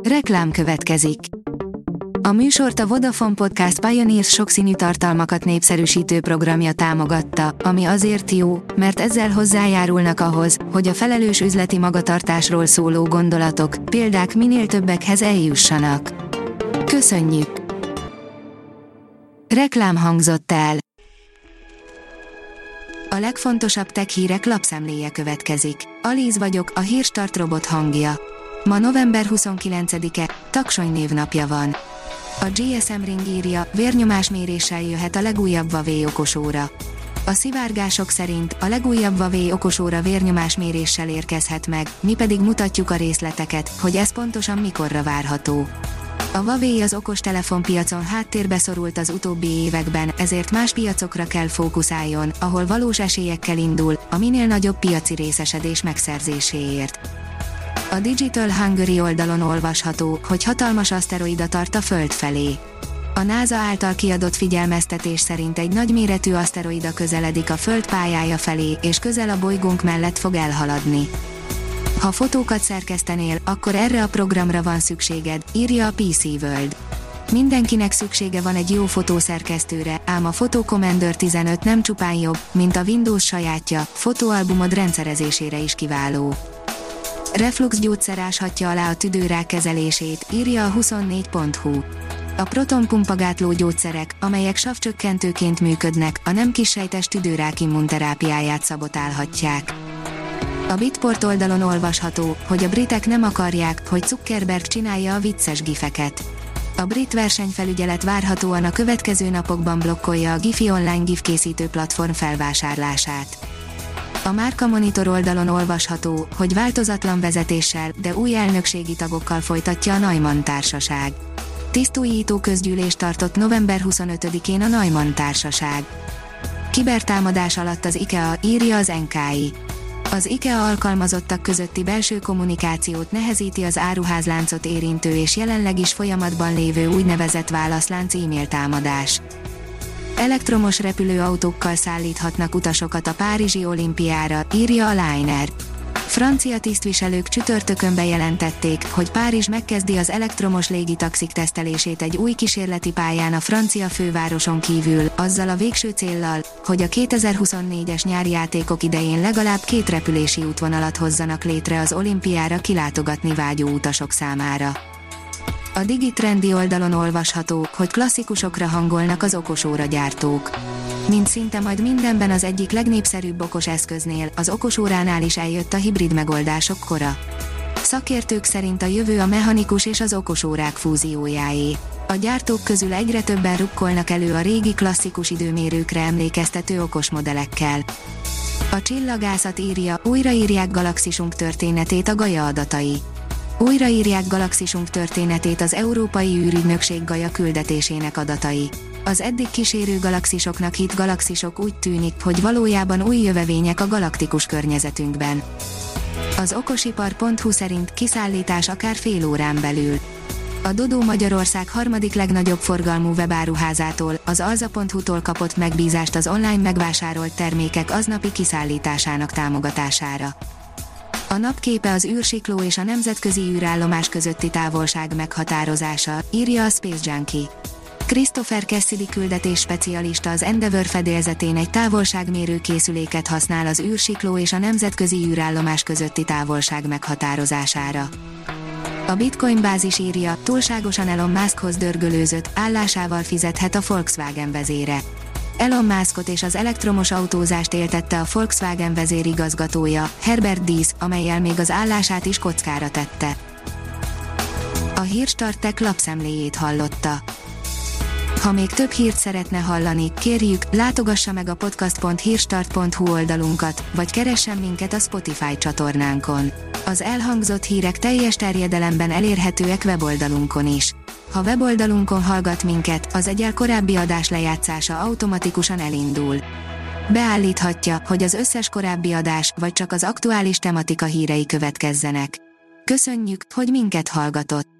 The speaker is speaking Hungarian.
Reklám következik. A műsort a Vodafone Podcast Pioneers sokszínű tartalmakat népszerűsítő programja támogatta, ami azért jó, mert ezzel hozzájárulnak ahhoz, hogy a felelős üzleti magatartásról szóló gondolatok, példák minél többekhez eljussanak. Köszönjük! Reklám hangzott el. A legfontosabb tech hírek lapszemléje következik. Alíz vagyok, a Hírstart robot hangja. Ma november 29-e, Taksony névnapja van. A GSM Ring írja, vérnyomásméréssel jöhet a legújabb Huawei okosóra. A szivárgások szerint a legújabb Huawei okosóra vérnyomásméréssel érkezhet meg, mi pedig mutatjuk a részleteket, hogy ez pontosan mikorra várható. A Huawei az okostelefonpiacon háttérbe szorult az utóbbi években, ezért más piacokra kell fókuszáljon, ahol valós esélyekkel indul, a minél nagyobb piaci részesedés megszerzéséért. A Digital Hungary oldalon olvasható, hogy hatalmas aszteroida tart a Föld felé. A NASA által kiadott figyelmeztetés szerint egy nagyméretű aszteroida közeledik a Föld pályája felé, és közel a bolygónk mellett fog elhaladni. Ha fotókat szerkesztenél, akkor erre a programra van szükséged, írja a PC World. Mindenkinek szüksége van egy jó fotószerkesztőre, ám a Photo Commander 15 nem csupán jobb, mint a Windows sajátja, fotóalbumod rendszerezésére is kiváló. Reflux gyógyszer áshatja alá a tüdőrák kezelését, írja a 24.hu. A protonpumpagátló gyógyszerek, amelyek savcsökkentőként működnek, a nem kissejtes tüdőrák immunterápiáját szabotálhatják. A Bitport oldalon olvasható, hogy a britek nem akarják, hogy Zuckerberg csinálja a vicces gifeket. A brit versenyfelügyelet várhatóan a következő napokban blokkolja a Giphy online gif készítő platform felvásárlását. A Márka Monitor oldalon olvasható, hogy változatlan vezetéssel, de új elnökségi tagokkal folytatja a Neumann Társaság. Tisztújító közgyűlést tartott november 25-én a Neumann Társaság. Kibertámadás alatt az IKEA, írja az NKI. Az IKEA alkalmazottak közötti belső kommunikációt nehezíti az áruházláncot érintő és jelenleg is folyamatban lévő úgynevezett válaszlánc e-mail támadás. Elektromos repülőautókkal szállíthatnak utasokat a párizsi olimpiára, írja a Liner. Francia tisztviselők csütörtökön bejelentették, hogy Párizs megkezdi az elektromos légitaxik tesztelését egy új kísérleti pályán a francia fővároson kívül, azzal a végső céllal, hogy a 2024-es nyári játékok idején legalább 2 repülési útvonalat hozzanak létre az olimpiára kilátogatni vágyó utasok számára. A Digitrendi oldalon olvasható, hogy klasszikusokra hangolnak az okosóra gyártók. Mint szinte majd mindenben az egyik legnépszerűbb okos eszköznél, az okosóránál is eljött a hibrid megoldások kora. Szakértők szerint a jövő a mechanikus és az okosórák fúziójáé. A gyártók közül egyre többen rukkolnak elő a régi klasszikus időmérőkre emlékeztető okos modellekkel. A Csillagászat írja, újraírják galaxisunk történetét a Gaia adatai. Újraírják galaxisunk történetét az Európai űrügynökség Gaia küldetésének adatai. Az eddig kísérő galaxisoknak hitt galaxisok úgy tűnik, hogy valójában új jövevények a galaktikus környezetünkben. Az okosipar.hu szerint kiszállítás akár fél órán belül. A Dodó Magyarország harmadik legnagyobb forgalmú webáruházától, az alza.hu-tól kapott megbízást az online megvásárolt termékek aznapi kiszállításának támogatására. A napképe az űrsikló és a nemzetközi űrállomás közötti távolság meghatározása, írja a Space Junkie. Christopher Cassidy küldetés specialista az Endeavour fedélzetén egy távolságmérő készüléket használ az űrsikló és a nemzetközi űrállomás közötti távolság meghatározására. A Bitcoin bázis írja, túlságosan Elon Muskhoz dörgölőzött, állásával fizethet a Volkswagen vezére. Elon Muskot és az elektromos autózást éltette a Volkswagen vezérigazgatója, Herbert Diess, amellyel még az állását is kockára tette. A Hírstart Tech lapszemléjét hallotta. Ha még több hírt szeretne hallani, kérjük, látogassa meg a podcast.hírstart.hu oldalunkat, vagy keressen minket a Spotify csatornánkon. Az elhangzott hírek teljes terjedelemben elérhetőek weboldalunkon is. Ha weboldalunkon hallgat minket, az egyel korábbi adás lejátszása automatikusan elindul. Beállíthatja, hogy az összes korábbi adás, vagy csak az aktuális tematika hírei következzenek. Köszönjük, hogy minket hallgatott!